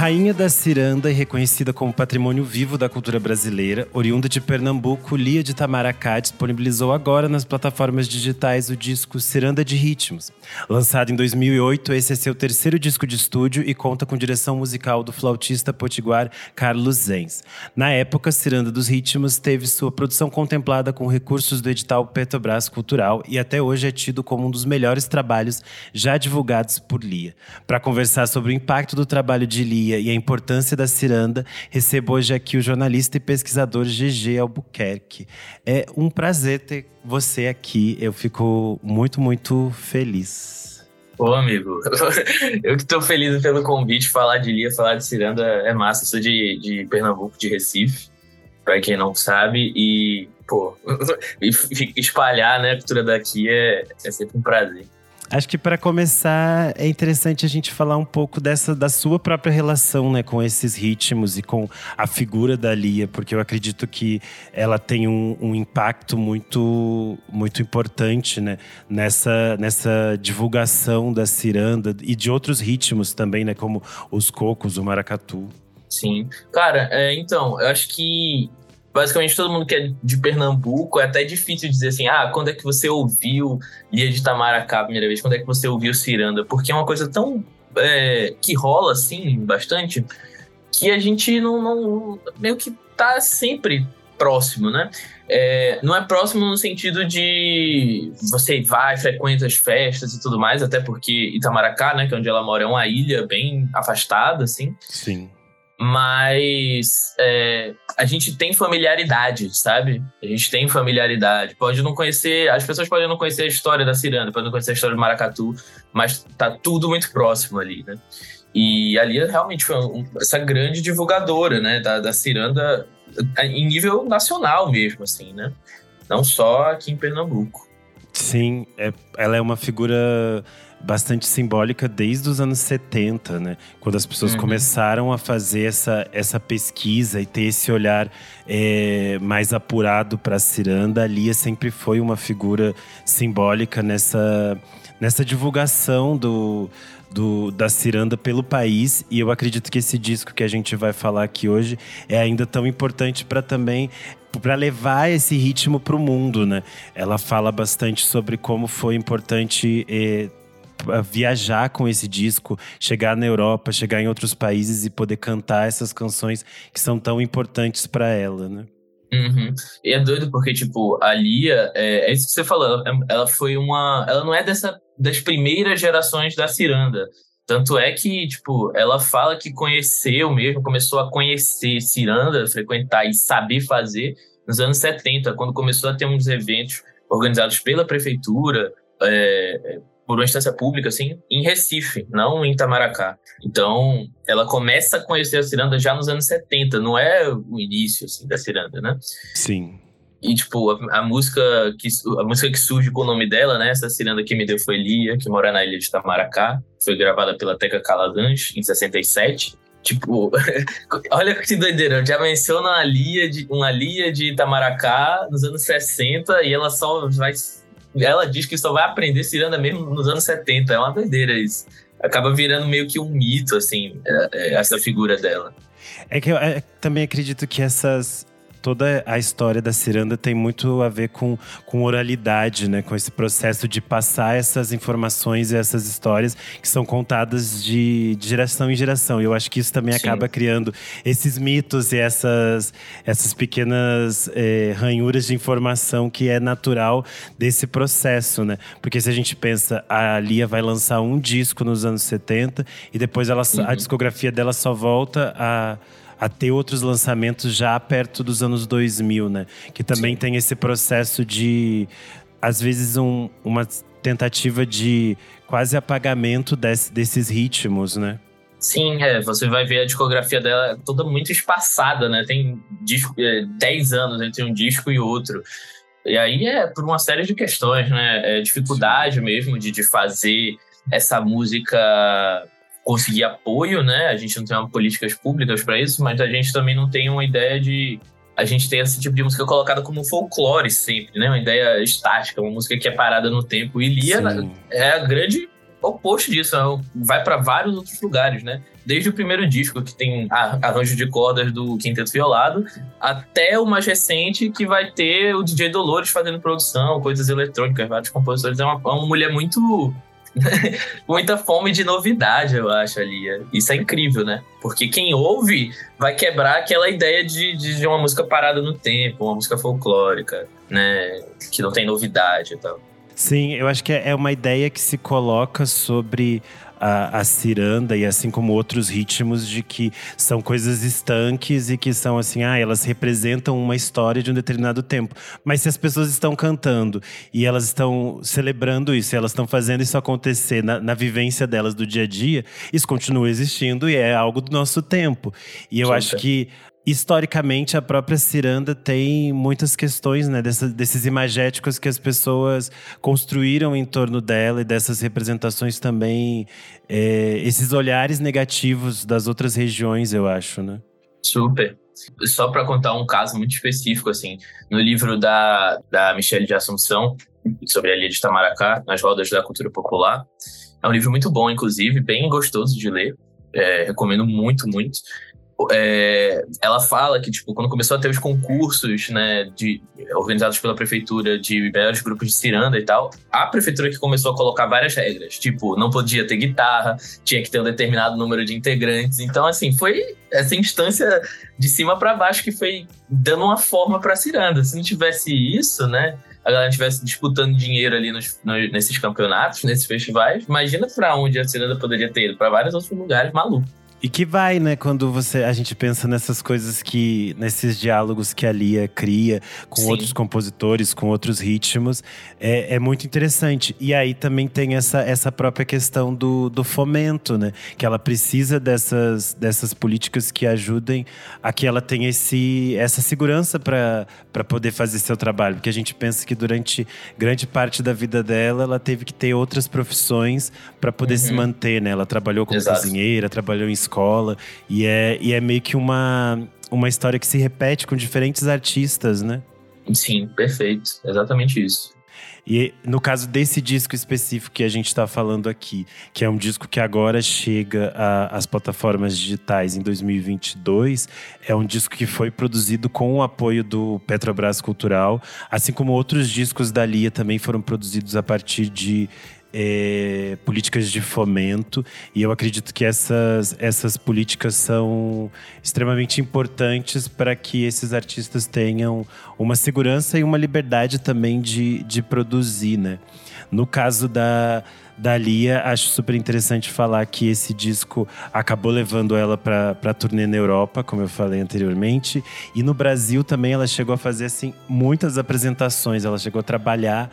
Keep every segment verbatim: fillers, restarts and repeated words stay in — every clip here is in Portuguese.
Rainha da ciranda e reconhecida como patrimônio vivo da cultura brasileira, oriunda de Pernambuco, Lia de Itamaracá disponibilizou agora nas plataformas digitais o disco Ciranda de Ritmos. Lançado em dois mil e oito, esse é seu terceiro disco de estúdio e conta com direção musical do flautista potiguar Carlos Zenz. Na época, Ciranda dos Ritmos teve sua produção contemplada com recursos do edital Petrobras Cultural e até hoje é tido como um dos melhores trabalhos já divulgados por Lia. Para conversar sobre o impacto do trabalho de Lia e a importância da ciranda, recebo hoje aqui o jornalista e pesquisador G G Albuquerque. É um prazer ter você aqui, eu fico muito, muito feliz. Ô, amigo, eu que tô feliz pelo convite, falar de Lia, falar de ciranda é massa. Eu sou de, de Pernambuco, de Recife, pra quem não sabe, e, pô, espalhar, né, a cultura daqui é, é sempre um prazer. Acho que para começar é interessante a gente falar um pouco dessa, da sua própria relação, né, com esses ritmos e com a figura da Lia, porque eu acredito que ela tem um, um impacto muito, muito importante, né, nessa, nessa divulgação da ciranda e de outros ritmos também, né, como os cocos, o maracatu. Sim. Cara, é, então, eu acho que basicamente todo mundo que é de Pernambuco, é até difícil dizer assim, ah, quando é que você ouviu Lia de Itamaracá a primeira vez? Quando é que você ouviu ciranda? Porque é uma coisa tão, é, que rola assim, bastante, que a gente não, não meio que tá sempre próximo, né? É, não é próximo no sentido de você vai, frequenta as festas e tudo mais, até porque Itamaracá, né, que é onde ela mora, é uma ilha bem afastada, assim. Sim. Mas é, a gente tem familiaridade, sabe? A gente tem familiaridade. Pode não conhecer, as pessoas podem não conhecer a história da ciranda, podem não conhecer a história do maracatu, mas tá tudo muito próximo ali, né? E ali realmente foi um, essa grande divulgadora, né, da, da ciranda em nível nacional mesmo, assim, né? Não só aqui em Pernambuco. Sim, é, ela é uma figura bastante simbólica desde os anos setenta, né? Quando as pessoas uhum. começaram a fazer essa, essa pesquisa e ter esse olhar é, mais apurado para a ciranda, a Lia sempre foi uma figura simbólica nessa, nessa divulgação do, do, da ciranda pelo país. E eu acredito que esse disco que a gente vai falar aqui hoje é ainda tão importante para também para levar esse ritmo para o mundo, né? Ela fala bastante sobre como foi importante eh, viajar com esse disco, chegar na Europa, chegar em outros países e poder cantar essas canções que são tão importantes para ela, né? Uhum. E é doido porque, tipo, a Lia, é, é isso que você falou, ela, ela foi uma... Ela não é dessa, das primeiras gerações da ciranda. Tanto é que, tipo, ela fala que conheceu mesmo, começou a conhecer ciranda, frequentar e saber fazer nos anos setenta, quando começou a ter uns eventos organizados pela prefeitura, é, por uma instância pública, assim, em Recife, não em Itamaracá. Então, ela começa a conhecer a ciranda já nos anos setenta, não é o início, assim, da ciranda, né? Sim. E, tipo, a, a, música que, a música que surge com o nome dela, né? Essa ciranda que me deu foi Lia, que mora na ilha de Itamaracá. Foi gravada pela Teca Calazans, em sessenta e sete. Tipo, olha que doideira. Já menciona uma Lia, de, uma Lia de Itamaracá nos anos sessenta e ela só vai... Ela diz que só vai aprender ciranda mesmo nos anos setenta. É uma doideira isso. Acaba virando meio que um mito, assim, essa figura dela. É que eu é, também acredito que essas... Toda a história da ciranda tem muito a ver com, com oralidade, né? Com esse processo de passar essas informações e essas histórias que são contadas de, de geração em geração. E eu acho que isso também Sim. acaba criando esses mitos e essas, essas pequenas é, ranhuras de informação que é natural desse processo, né? Porque se a gente pensa, a Lia vai lançar um disco nos anos setenta e depois ela, uhum. a discografia dela só volta a... a ter outros lançamentos já perto dos anos dois mil, né? Que também Sim. tem esse processo de, às vezes, um, uma tentativa de quase apagamento desse, desses ritmos, né? Sim, é, você vai ver a discografia dela toda muito espaçada, né? Tem disco, é, dez anos entre um disco e outro. E aí é por uma série de questões, né? É dificuldade Sim. mesmo de, de fazer essa música... conseguir apoio, né? A gente não tem uma políticas públicas para isso, mas a gente também não tem uma ideia de... A gente tem esse tipo de música colocada como folclore sempre, né? Uma ideia estática, uma música que é parada no tempo. E Lia Sim. é a grande oposto disso, vai para vários outros lugares, né? desde o primeiro disco, que tem arranjo de cordas do Quinteto Violado, até o mais recente, que vai ter o D J Dolores fazendo produção, coisas eletrônicas, vários compositores. É uma, uma mulher muito... muita fome de novidade, eu acho, ali. Isso é incrível, né? Porque quem ouve vai quebrar aquela ideia de, de uma música parada no tempo, uma música folclórica, né? Que não tem novidade e tal. Sim, eu acho que é uma ideia que se coloca sobre a, a ciranda e assim como outros ritmos, de que são coisas estanques e que são assim, ah, elas representam uma história de um determinado tempo. Mas se as pessoas estão cantando e elas estão celebrando isso, e elas estão fazendo isso acontecer na, na vivência delas do dia a dia, isso continua existindo e é algo do nosso tempo. E eu Super. acho que historicamente, a própria ciranda tem muitas questões, né, dessa, desses imagéticos que as pessoas construíram em torno dela e dessas representações também, é, esses olhares negativos das outras regiões, eu acho, né? Super. Só para contar um caso muito específico, assim, no livro da, da Michele de Assunção, sobre a Ilha de Itamaracá, Nas Rodas da Cultura Popular, é um livro muito bom, inclusive, bem gostoso de ler, é, recomendo muito, muito. É, ela fala que, tipo, quando começou a ter os concursos, né, de, organizados pela prefeitura de melhores grupos de ciranda e tal, a prefeitura que começou a colocar várias regras, tipo, não podia ter guitarra, tinha que ter um determinado número de integrantes. Então, assim, foi essa instância de cima para baixo que foi dando uma forma pra ciranda. Se não tivesse isso, né, a galera estivesse disputando dinheiro ali nos, nos, nesses campeonatos, nesses festivais, imagina pra onde a ciranda poderia ter ido, pra vários outros lugares malucos. E que vai, né, quando você, a gente pensa nessas coisas que… nesses diálogos que a Lia cria com Sim. outros compositores, com outros ritmos, é, é muito interessante. E aí também tem essa, essa própria questão do, do fomento, né? Que ela precisa dessas, dessas políticas que ajudem a que ela tenha esse, essa segurança para para poder fazer seu trabalho. Porque a gente pensa que durante grande parte da vida dela, ela teve que ter outras profissões para poder uhum. se manter, né? Ela trabalhou como Exato. cozinheira, trabalhou em escola. E é, e é meio que uma, uma história que se repete com diferentes artistas, né? Sim, perfeito. Exatamente isso. E no caso desse disco específico que a gente está falando aqui, que é um disco que agora chega às plataformas digitais em dois mil e vinte e dois, é um disco que foi produzido com o apoio do Petrobras Cultural, assim como outros discos da Lia também foram produzidos a partir de É, políticas de fomento. E eu acredito que essas, essas políticas são extremamente importantes para que esses artistas tenham uma segurança e uma liberdade também de, de produzir, né? No caso da, da Lia, acho super interessante falar que esse disco acabou levando ela para a turnê na Europa, como eu falei anteriormente. E no Brasil também ela chegou a fazer assim, muitas apresentações. Ela chegou a trabalhar…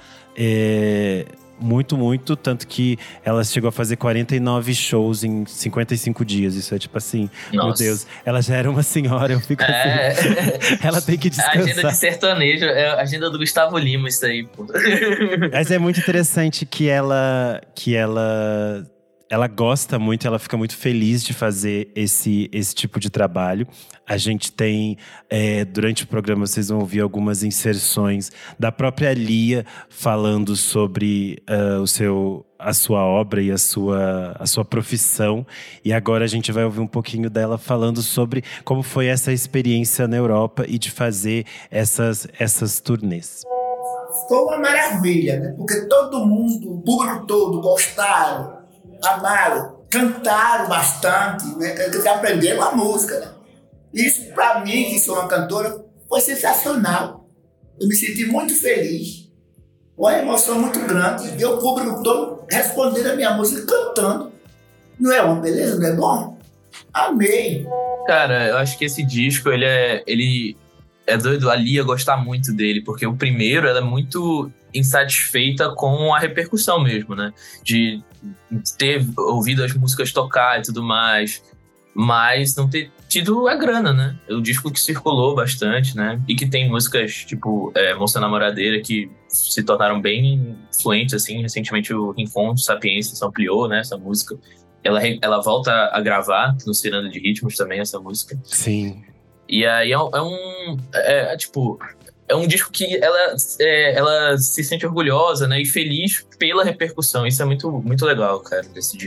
É, Muito, muito, tanto que ela chegou a fazer quarenta e nove shows em cinquenta e cinco dias. Isso é tipo assim, Nossa. meu Deus, ela já era uma senhora, eu fico é. assim. Ela tem que descansar. A agenda de sertanejo, é a agenda do Gustavo Lima, isso aí, pô. Mas é muito interessante que ela, que ela, ela gosta muito, ela fica muito feliz de fazer esse, esse tipo de trabalho. A gente tem, é, durante o programa, vocês vão ouvir algumas inserções da própria Lia falando sobre uh, o seu, a sua obra e a sua, a sua profissão. E agora a gente vai ouvir um pouquinho dela falando sobre como foi essa experiência na Europa e de fazer essas, essas turnês. Foi uma maravilha, né? Porque todo mundo, o público todo, gostaram, amaram, cantaram bastante, né? Aprenderam a música, né? Isso, para mim, que sou uma cantora, foi sensacional. Eu me senti muito feliz. Uma emoção muito grande. Ver o público todo respondendo a minha música cantando. Não é uma beleza? Não é bom? Amei. Cara, eu acho que esse disco, ele é, ele é doido. A Lia gostar muito dele, porque o primeiro, ela é muito insatisfeita com a repercussão mesmo, né? De ter ouvido as músicas tocar e tudo mais, mas não ter tido a grana, né? É um disco que circulou bastante, né? E que tem músicas tipo é, Moça Namoradeira que se tornaram bem influentes, assim. Recentemente o Rincon de Sapiência se ampliou, né? Essa música. Ela, ela volta a gravar no Ciranda de Ritmos também, essa música. Sim. E aí é, é um… É, é, tipo… É um disco que ela, é, ela se sente orgulhosa, né? E feliz pela repercussão. Isso é muito, muito legal, cara, desse disco.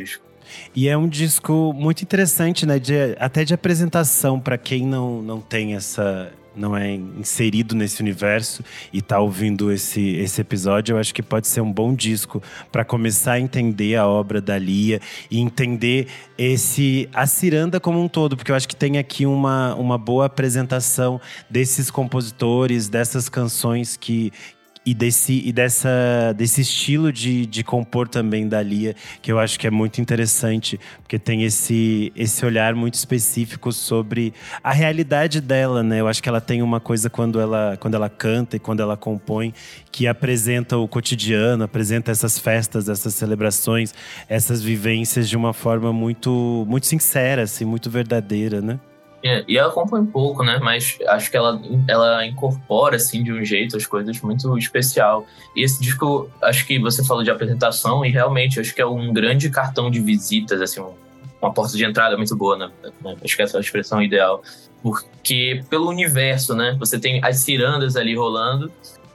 E é um disco muito interessante, né? De, até de apresentação para quem não, não tem essa… não é inserido nesse universo e tá ouvindo esse, esse episódio, eu acho que pode ser um bom disco para começar a entender a obra da Lia e entender esse, a ciranda como um todo, porque eu acho que tem aqui uma, uma boa apresentação desses compositores, dessas canções que… E, desse, e dessa, desse estilo de, de compor também da Lia, que eu acho que é muito interessante, porque tem esse, esse olhar muito específico sobre a realidade dela, né? Eu acho que ela tem uma coisa quando ela, quando ela canta e quando ela compõe, que apresenta o cotidiano, apresenta essas festas, essas celebrações, essas vivências de uma forma muito, muito sincera, assim, muito verdadeira, né? É, e ela compõe pouco, né? Mas acho que ela, ela incorpora, assim, de um jeito as coisas muito especial. E esse disco, acho que você falou de apresentação, e realmente acho que é um grande cartão de visitas, assim, um, uma porta de entrada muito boa, né? Acho que essa é a expressão ideal. Porque pelo universo, né? Você tem as cirandas ali rolando,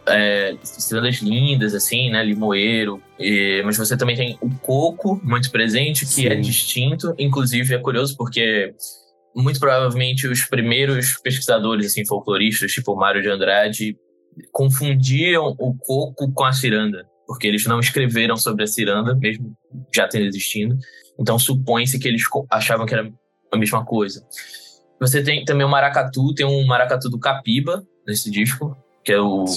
é, cirandas lindas, assim, né? Limoeiro. E, mas você também tem o coco muito presente, que Sim. é distinto. Inclusive, é curioso porque… muito provavelmente os primeiros pesquisadores, assim, folcloristas, tipo o Mário de Andrade, confundiam o coco com a ciranda, porque eles não escreveram sobre a ciranda, mesmo já tendo existindo. Então supõe-se que eles achavam que era a mesma coisa. Você tem também o maracatu, tem um maracatu do Capiba nesse disco, que é o,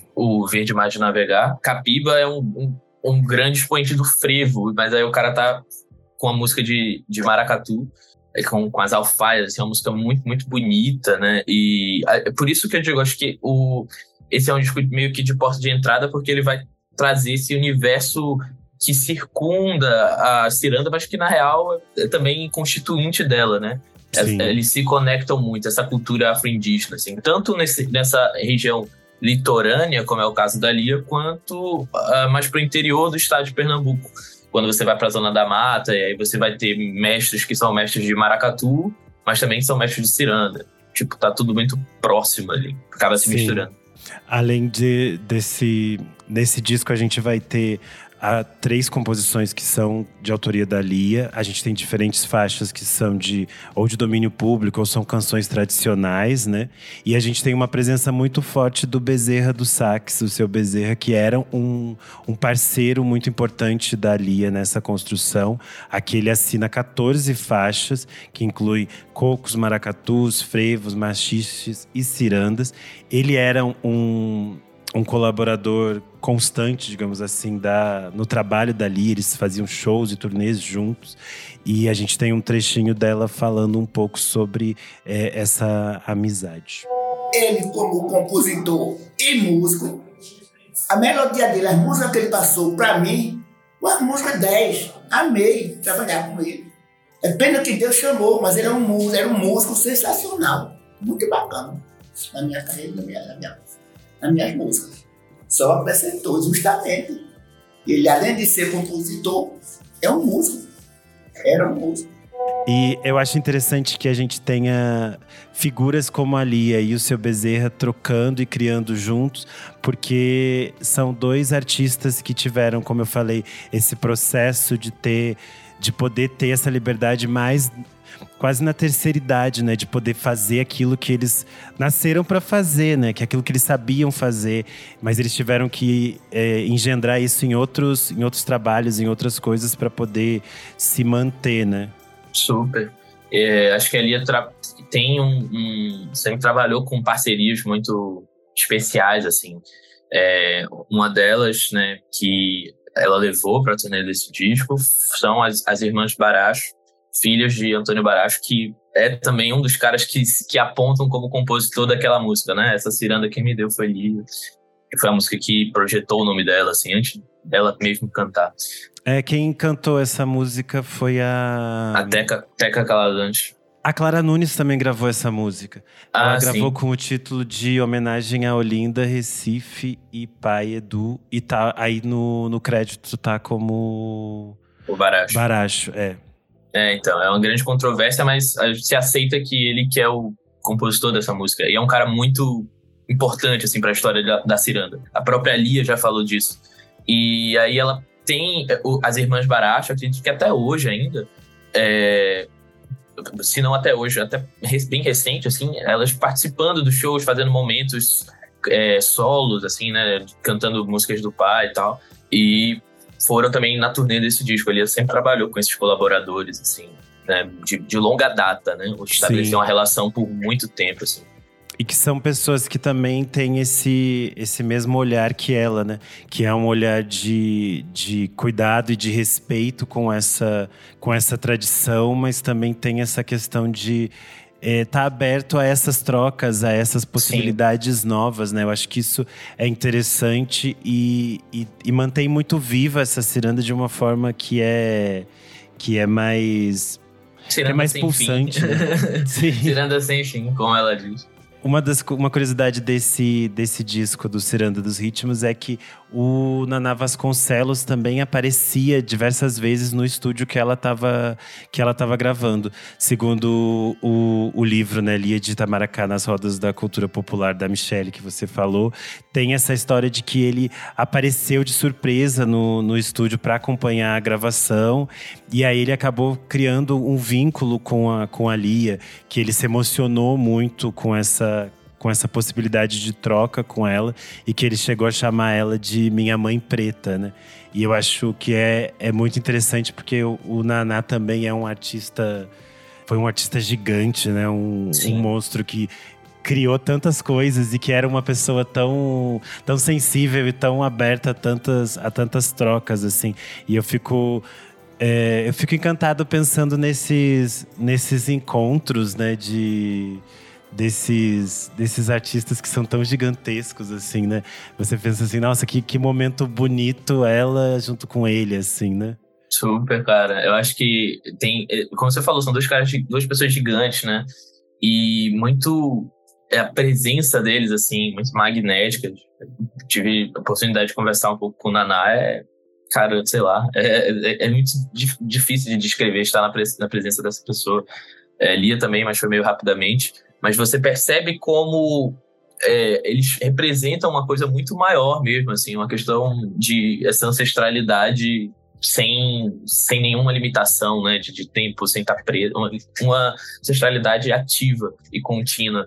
o Verde Mar de Navegar. Capiba é um, um, um grande expoente do frevo, mas aí o cara tá com a música de, de maracatu, Com, com as alfaias, assim, é uma música muito, muito bonita, né? E é por isso que eu digo, acho que o, esse é um disco meio que de porta de entrada, porque ele vai trazer esse universo que circunda a ciranda, mas que na real é também constituinte dela, né? É, eles se conectam muito, essa cultura afro-indígena, assim, tanto nesse, nessa região litorânea, como é o caso da Lia, quanto uh, mais para o interior do estado de Pernambuco. Quando você vai para a Zona da Mata, e aí você vai ter mestres que são mestres de maracatu, mas também são mestres de ciranda. Tipo, tá tudo muito próximo ali, acaba se Sim. misturando. Além de, desse… Nesse disco a gente vai ter há três composições que são de autoria da Lia. A gente tem diferentes faixas que são de ou de domínio público ou são canções tradicionais, né? E a gente tem uma presença muito forte do Bezerra do Sax, o seu Bezerra, que era um, um parceiro muito importante da Lia nessa construção. Aqui ele assina catorze faixas, que inclui cocos, maracatus, frevos, machiches e cirandas. Ele era um… um colaborador constante, digamos assim, da, no trabalho da Lia. Eles faziam shows e turnês juntos. E a gente tem um trechinho dela falando um pouco sobre é, essa amizade. Ele, como compositor e músico, a melodia dele, as músicas que ele passou para mim, uma música dez. Amei trabalhar com ele. É pena que Deus chamou, mas ele era um músico, era um músico sensacional. Muito bacana. Na minha carreira, na minha, na minha nas minhas músicas. Só acrescentou justamente. Ele, além de ser compositor, é um músico. Era um músico. E eu acho interessante que a gente tenha figuras como a Lia e o seu Bezerra trocando e criando juntos, porque são dois artistas que tiveram, como eu falei, esse processo de ter, de poder ter essa liberdade mais… quase na terceira idade, né? De poder fazer aquilo que eles nasceram para fazer, né? Que é aquilo que eles sabiam fazer. Mas eles tiveram que é, engendrar isso em outros, em outros trabalhos, em outras coisas para poder se manter, né? Super. É, acho que a Lia tra- tem um, um… sempre trabalhou com parcerias muito especiais, assim. É, uma delas, né, que ela levou para a turnê desse disco são as, as Irmãs Baracho, filhas de Antônio Baracho, que é também um dos caras que, que apontam como compositor daquela música, né? Essa ciranda quem me deu foi Lia, que foi a música que projetou o nome dela, assim, antes dela mesmo cantar. É, quem cantou essa música foi a… A Teca, Teca Caladante. A Clara Nunes também gravou essa música. Ela ah, gravou sim. com o título de homenagem a Olinda, Recife e Pai Edu. E tá aí no, no crédito tá como… O Baracho. Baracho, é. É, então, é uma grande controvérsia, mas se aceita que ele que é o compositor dessa música. E é um cara muito importante, assim, para a história da, da ciranda. A própria Lia já falou disso. E aí ela tem o, as Irmãs Baracho, eu acredito que até hoje ainda, é, se não até hoje, até bem recente, assim, elas participando dos shows, fazendo momentos é, solos, assim, né, cantando músicas do pai e tal, e foram também na turnê desse disco. Ele sempre trabalhou com esses colaboradores, assim, né, de, de longa data, né, estabeleceu uma relação por muito tempo, assim. E que são pessoas que também têm esse, esse mesmo olhar que ela, né? Que é um olhar de, de cuidado e de respeito com essa, com essa tradição, mas também tem essa questão de estar é, tá aberto a essas trocas, a essas possibilidades Sim. novas, né? Eu acho que isso é interessante e, e, e mantém muito viva essa ciranda de uma forma que é, que é mais, que é mais pulsante. Né? Ciranda sem fim, como ela diz. Uma, das, uma curiosidade desse, desse disco do Ciranda dos Ritmos é que o Naná Vasconcelos também aparecia diversas vezes no estúdio que ela estava que ela tava gravando. Segundo o, o livro, né, Lia de Itamaracá nas Rodas da Cultura Popular, da Michelle, que você falou, tem essa história de que ele apareceu de surpresa no, no estúdio para acompanhar a gravação. E aí ele acabou criando um vínculo com a, com a Lia, que ele se emocionou muito com essa, com essa possibilidade de troca com ela, e que ele chegou a chamar ela de minha mãe preta, né? E eu acho que é, é muito interessante, porque o, o Naná também é um artista, foi um artista gigante, né? Um, um monstro que criou tantas coisas e que era uma pessoa tão, tão sensível e tão aberta a tantas, a tantas trocas, assim. E eu fico… É, eu fico encantado pensando nesses, nesses encontros, né, de, desses, desses artistas que são tão gigantescos, assim, né? Você pensa assim, nossa, que, que momento bonito ela junto com ele, assim, né? Super, cara. Eu acho que tem… Como você falou, são dois caras, duas pessoas gigantes, né? E muito… A presença deles, assim, muito magnética. Tive a oportunidade de conversar um pouco com o Naná, é… Cara, sei lá, é, é, é muito dif- difícil de descrever estar na, pres- na presença dessa pessoa. É, Lia também, mas foi meio rapidamente. Mas você percebe como é, eles representam uma coisa muito maior mesmo, assim, uma questão de essa ancestralidade sem, sem nenhuma limitação, né, de, de tempo, sem estar preso. Uma, uma ancestralidade ativa e contínua.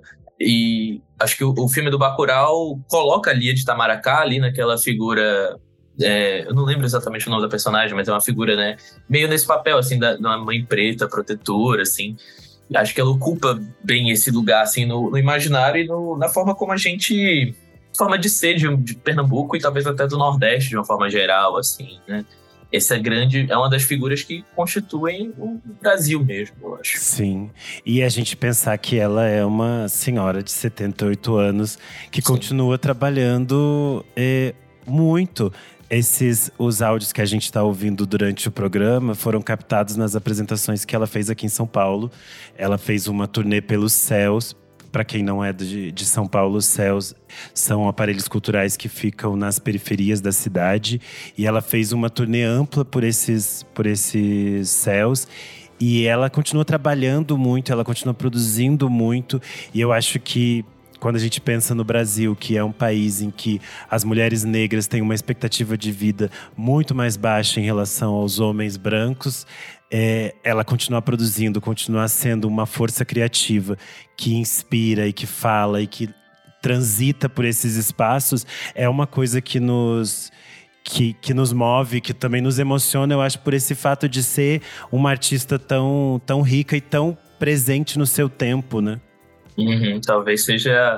E acho que o, o filme do Bacurau coloca a Lia de Itamaracá ali naquela figura… É, eu não lembro exatamente o nome da personagem, mas é uma figura, né, meio nesse papel, assim, da, de uma mãe preta, protetora, assim. Acho que ela ocupa bem esse lugar, assim, no, no imaginário e no, na forma como a gente… Forma de ser de, de Pernambuco e talvez até do Nordeste, de uma forma geral, assim, né. Essa é grande… É uma das figuras que constituem o Brasil mesmo, eu acho. Sim. E a gente pensar que ela é uma senhora de setenta e oito anos que Sim. continua trabalhando é, muito. Esses, os áudios que a gente está ouvindo durante o programa foram captados nas apresentações que ela fez aqui em São Paulo. Ela fez uma turnê pelos céus. Para quem não é de, de São Paulo, os céus são aparelhos culturais que ficam nas periferias da cidade. E ela fez uma turnê ampla por esses, por esses céus. E ela continua trabalhando muito, ela continua produzindo muito. E eu acho que… Quando a gente pensa no Brasil, que é um país em que as mulheres negras têm uma expectativa de vida muito mais baixa em relação aos homens brancos, é, ela continua produzindo, continua sendo uma força criativa que inspira e que fala e que transita por esses espaços, é uma coisa que nos… Que, que nos move, que também nos emociona, eu acho, por esse fato de ser uma artista tão, tão rica e tão presente no seu tempo, né? Uhum, talvez seja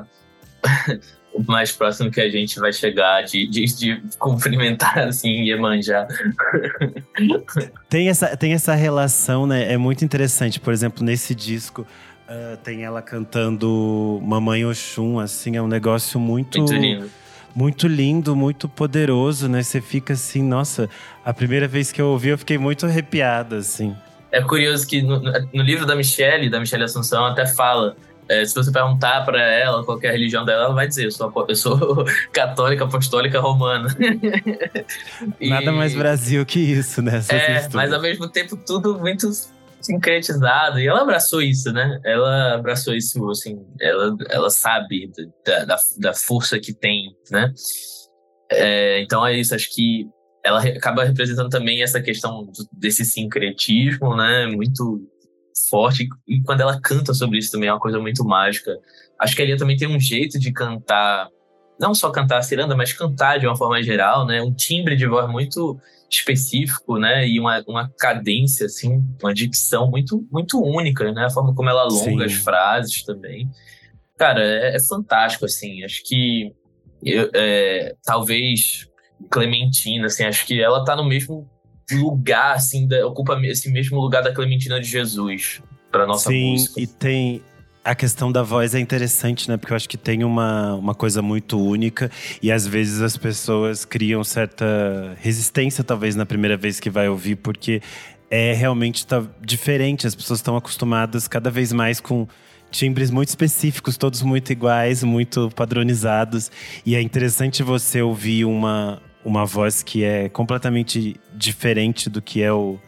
o mais próximo que a gente vai chegar de, de, de cumprimentar assim Iemanjá. Tem essa, tem essa relação, né? É muito interessante. Por exemplo, nesse disco uh, tem ela cantando Mamãe Oxum, assim, é um negócio muito… Muito lindo. Muito lindo, muito poderoso, né? Você fica assim, nossa… A primeira vez que eu ouvi, eu fiquei muito arrepiada, assim. É curioso que no, no livro da Michelle, da Michelle Assunção, até fala… É, se você perguntar pra ela qual que é a religião dela, ela vai dizer, eu sou, eu sou católica, apostólica, romana. E, nada mais Brasil que isso, né? É, mas ao mesmo tempo tudo muito sincretizado. E ela abraçou isso, né? Ela abraçou isso, assim, ela, ela sabe da, da, da força que tem, né? É, então é isso, acho que ela re- acaba representando também essa questão do- desse sincretismo, né? Muito forte. E quando ela canta sobre isso também é uma coisa muito mágica. Acho que a Lia também tem um jeito de cantar, não só cantar a ciranda, mas cantar de uma forma geral, né? Um timbre de voz muito específico, né? E uma, uma cadência, assim, uma dicção muito, muito única, né? A forma como ela alonga as Sim. frases também. Cara, é, é fantástico, assim. Acho que eu, é, talvez Clementina, assim, acho que ela tá no mesmo lugar, assim, da- ocupa esse mesmo lugar da Clementina de Jesus pra nossa Sim, música. e tem a questão da voz é interessante, né? Porque eu acho que tem uma, uma coisa muito única e às vezes as pessoas criam certa resistência, talvez, na primeira vez que vai ouvir, porque é realmente tá diferente. As pessoas estão acostumadas cada vez mais com timbres muito específicos, todos muito iguais, muito padronizados. E é interessante você ouvir uma, uma voz que é completamente diferente do que é o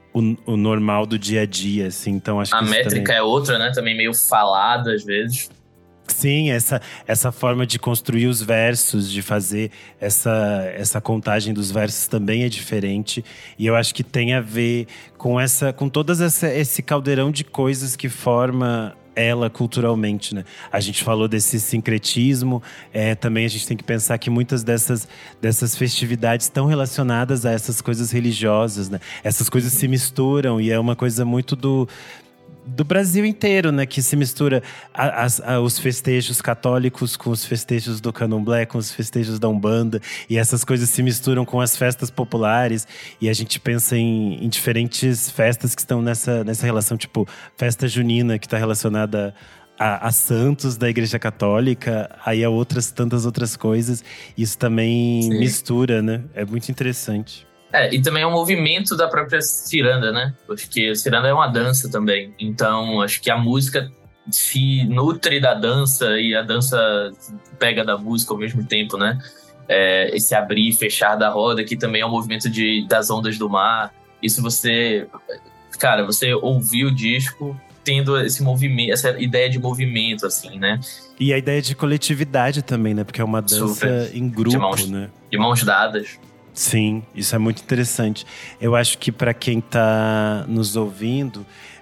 o, o normal do dia a dia, assim. Então acho A que isso métrica também… é outra, né? Também meio falada às vezes. Sim, essa, essa forma de construir os versos, de fazer essa, essa contagem dos versos também é diferente. E eu acho que tem a ver com essa, com todas essa, esse caldeirão de coisas que forma ela culturalmente, né? A gente falou desse sincretismo, é, também a gente tem que pensar que muitas dessas, dessas festividades estão relacionadas a essas coisas religiosas, né? Essas coisas se misturam e é uma coisa muito do… do Brasil inteiro, né? Que se mistura a, a, a, os festejos católicos com os festejos do candomblé, com os festejos da Umbanda. E essas coisas se misturam com as festas populares. E a gente pensa em, em diferentes festas que estão nessa, nessa relação. Tipo, festa junina, que está relacionada a, a santos da Igreja Católica. Aí a outras, tantas outras coisas. Isso também Sim. mistura, né? É muito interessante. É, e também é um movimento da própria ciranda, né? Porque a ciranda é uma dança também. Então, acho que a música se nutre da dança e a dança pega da música ao mesmo tempo, né? É, esse abrir e fechar da roda, que também é um movimento de, das ondas do mar. Isso você… Cara, você ouviu o disco tendo esse movimento, essa ideia de movimento, assim, né? E a ideia de coletividade também, né? Porque é uma dança Super. em grupo, De mãos, né? de mãos dadas. Sim, isso é muito interessante. Eu acho que para quem está nos ouvindo,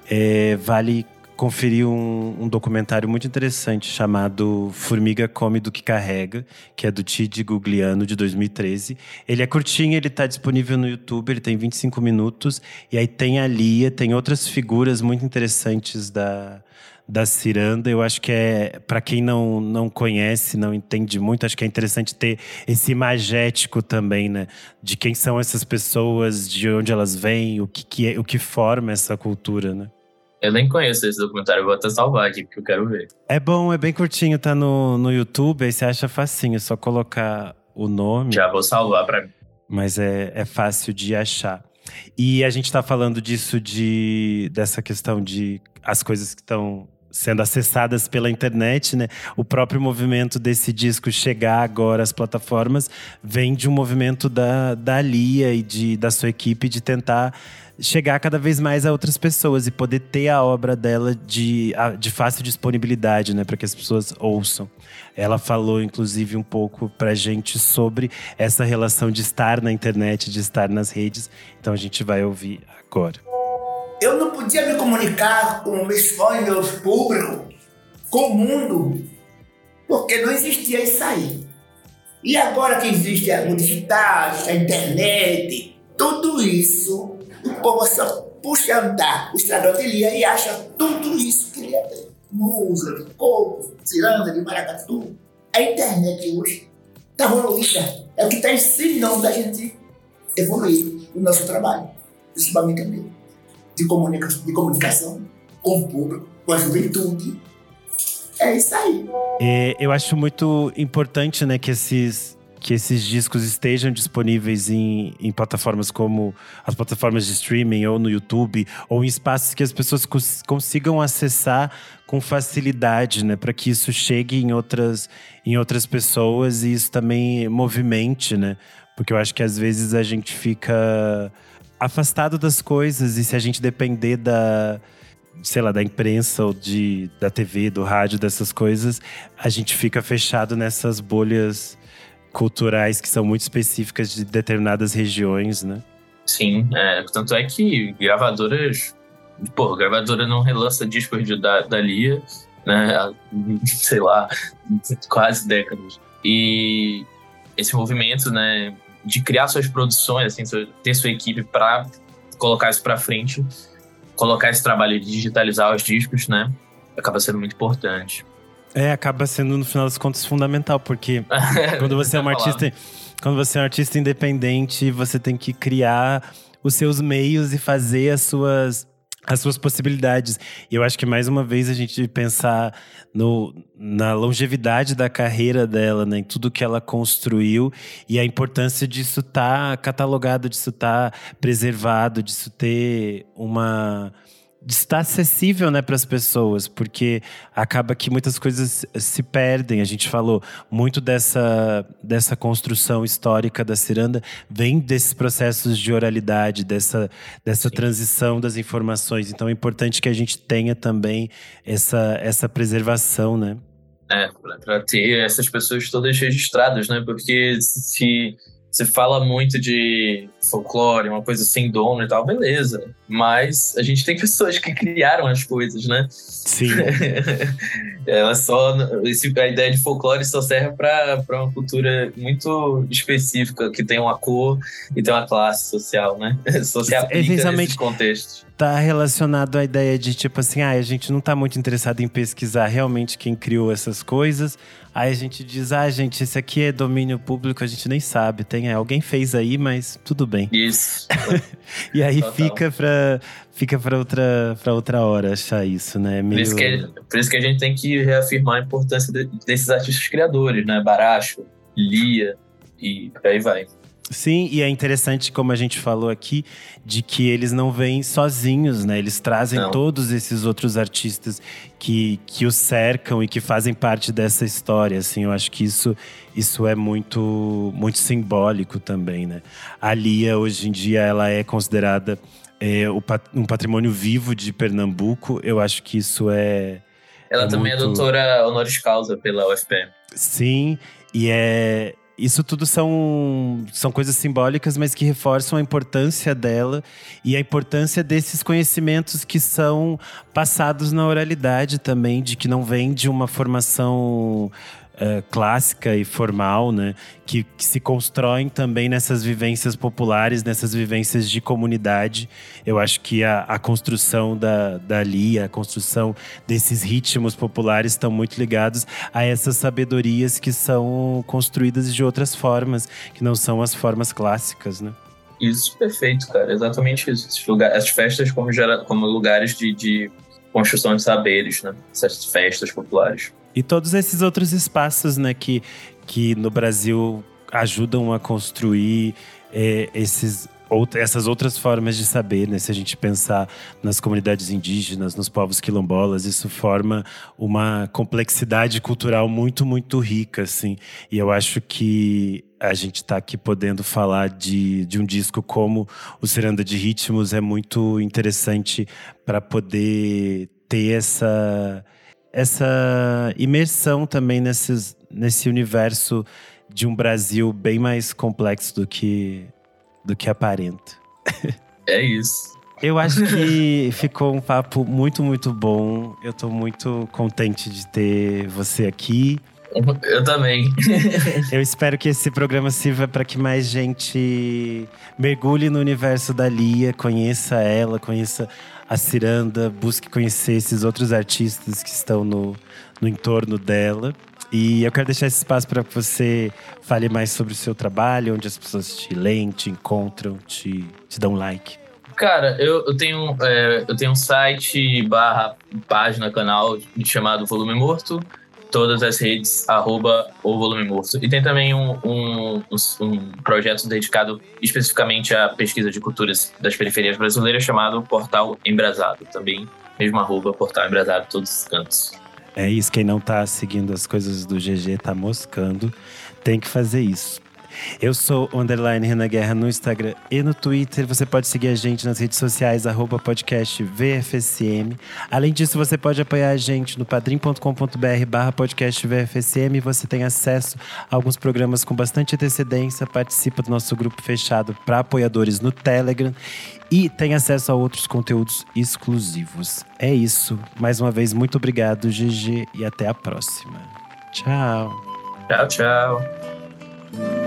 é, vale conferir um, um documentário muito interessante chamado Formiga Come do que Carrega, que é do Tid Gugliano, de dois mil e treze. Ele é curtinho, ele está disponível no YouTube, ele tem vinte e cinco minutos. E aí tem a Lia, tem outras figuras muito interessantes da… da ciranda. Eu acho que é, para quem não, não conhece, não entende muito, acho que é interessante ter esse imagético também, né? De quem são essas pessoas, de onde elas vêm, o que, que é, o que forma essa cultura, né? Eu nem conheço esse documentário, eu vou até salvar aqui, porque eu quero ver. É bom, é bem curtinho, tá no, no YouTube, aí você acha facinho, é só colocar o nome. Já vou salvar pra mim. Mas é, é fácil de achar. E a gente tá falando disso, de, dessa questão de as coisas que estão sendo acessadas pela internet, né? O próprio movimento desse disco chegar agora às plataformas vem de um movimento da, da Lia e de, da sua equipe de tentar chegar cada vez mais a outras pessoas e poder ter a obra dela de, de fácil disponibilidade, né? Para que as pessoas ouçam. Ela falou, inclusive, um pouco pra gente sobre essa relação de estar na internet, de estar nas redes. Então a gente vai ouvir agora. Eu não podia me comunicar com meus fãs, meus públicos, com o mundo, porque não existia isso aí. E agora que existe o digital, a internet, tudo isso, o povo só puxa andar o Instagram de Lia e acha tudo isso que Lia tem. Música, de coco, ciranda, de maracatu. A internet hoje está evoluída. É o que está ensinando a gente evoluir o nosso trabalho, principalmente a mim. De comunicação, de comunicação com o público, com a juventude. É isso aí. É, eu acho muito importante, né, que esses, que esses discos estejam disponíveis em, em plataformas como as plataformas de streaming, ou no YouTube, ou em espaços que as pessoas cons- consigam acessar com facilidade, né, para que isso chegue em outras, em outras pessoas e isso também movimente, né? Porque eu acho que às vezes a gente fica afastado das coisas, e se a gente depender da, sei lá, da imprensa ou de, da T V, do rádio, dessas coisas, a gente fica fechado nessas bolhas culturais que são muito específicas de determinadas regiões, né? Sim, é, tanto é que gravadoras… Pô, gravadora não relança discos de, da, da Lia, né? Há, sei lá, quase décadas. E esse movimento, né, de criar suas produções, assim, ter sua equipe para colocar isso para frente, colocar esse trabalho de digitalizar os discos, né, acaba sendo muito importante. É, acaba sendo, no final das contas, fundamental, porque quando você é um artista, quando você é um artista independente, você tem que criar os seus meios e fazer as suas, as suas possibilidades. E eu acho que, mais uma vez, a gente pensar no, na longevidade da carreira dela, né, em tudo que ela construiu e a importância disso estar catalogado, disso estar preservado, disso ter uma… de estar acessível, né, para as pessoas, porque acaba que muitas coisas se perdem. A gente falou muito dessa, dessa construção histórica da ciranda, vem desses processos de oralidade, dessa, dessa transição das informações. Então é importante que a gente tenha também essa, essa preservação, né? É, para ter essas pessoas todas registradas, né? Porque se… Você fala muito de folclore, uma coisa sem dono e tal, beleza. Mas a gente tem pessoas que criaram as coisas, né? Sim. Ela só… Esse, a ideia de folclore só serve para uma cultura muito específica, que tem uma cor e tem uma classe social, né? Só se aplica nesses contextos. Tá relacionado à ideia de, tipo assim, ah, a gente não tá muito interessado em pesquisar realmente quem criou essas coisas. Aí a gente diz, ah, gente, esse aqui é domínio público, a gente nem sabe. Tem, é, alguém fez aí, mas tudo bem. Isso. E aí Total. fica pra, fica pra, outra, pra outra hora achar isso, né? Meio… Por, isso que, por isso que a gente tem que reafirmar a importância de, desses artistas criadores, né? Baracho, Lia e por aí vai. Sim, e é interessante, como a gente falou aqui, de que eles não vêm sozinhos, né? Eles trazem não. todos esses outros artistas que, que os cercam e que fazem parte dessa história, assim. Eu acho que isso, isso é muito, muito simbólico também, né? A Lia, hoje em dia, ela é considerada é, um patrimônio vivo de Pernambuco. Eu acho que isso é… Ela é também muito… é doutora honoris causa pela U F P. Sim, e é… Isso tudo são, são coisas simbólicas, mas que reforçam a importância dela e a importância desses conhecimentos que são passados na oralidade também, de que não vem de uma formação uh, clássica e formal, né? Que, que se constroem também nessas vivências populares, nessas vivências de comunidade. Eu acho que a, a construção da, da Lia, a construção desses ritmos populares estão muito ligados a essas sabedorias que são construídas de outras formas, que não são as formas clássicas, né? Isso, perfeito, cara. Exatamente isso. Esses lugares, as festas como, gera, como lugares de, de construção de saberes, né? Essas festas populares. E todos esses outros espaços, né, que, que no Brasil ajudam a construir é, esses, out, essas outras formas de saber, né? Se a gente pensar nas comunidades indígenas, nos povos quilombolas, isso forma uma complexidade cultural muito, muito rica, assim. E eu acho que a gente está aqui podendo falar de, de um disco como o Ciranda de Ritmos é muito interessante para poder ter essa… essa imersão também nesses, nesse universo de um Brasil bem mais complexo do que, do que aparenta. É isso. Eu acho que ficou um papo muito, muito bom. Eu tô muito contente de ter você aqui. Eu também. Eu espero que esse programa sirva para que mais gente mergulhe no universo da Lia, conheça ela, conheça a ciranda, busque conhecer esses outros artistas que estão no, no entorno dela. E eu quero deixar esse espaço para que você fale mais sobre o seu trabalho, onde as pessoas te leem, te encontram, te, te dão like. Cara, eu, eu, tenho, é, eu tenho um site barra página, canal chamado Volume Morto. Todas as redes, arroba o Volume Morto. E tem também um, um, um projeto dedicado especificamente à pesquisa de culturas das periferias brasileiras, chamado Portal Embrasado. Também, mesmo arroba, Portal Embrasado, todos os cantos. É isso, quem não tá seguindo as coisas do G G tá moscando. Tem que fazer isso. Eu sou o underline Renan Guerra no Instagram e no Twitter. Você pode seguir a gente nas redes sociais, arroba podcast V F S M. Além disso, você pode apoiar a gente no padrim ponto com ponto b r barra podcast V F S M. Você tem acesso a alguns programas com bastante antecedência, participa do nosso grupo fechado para apoiadores no Telegram e tem acesso a outros conteúdos exclusivos. É isso. Mais uma vez, muito obrigado, G G, e até a próxima. Tchau. Tchau, tchau.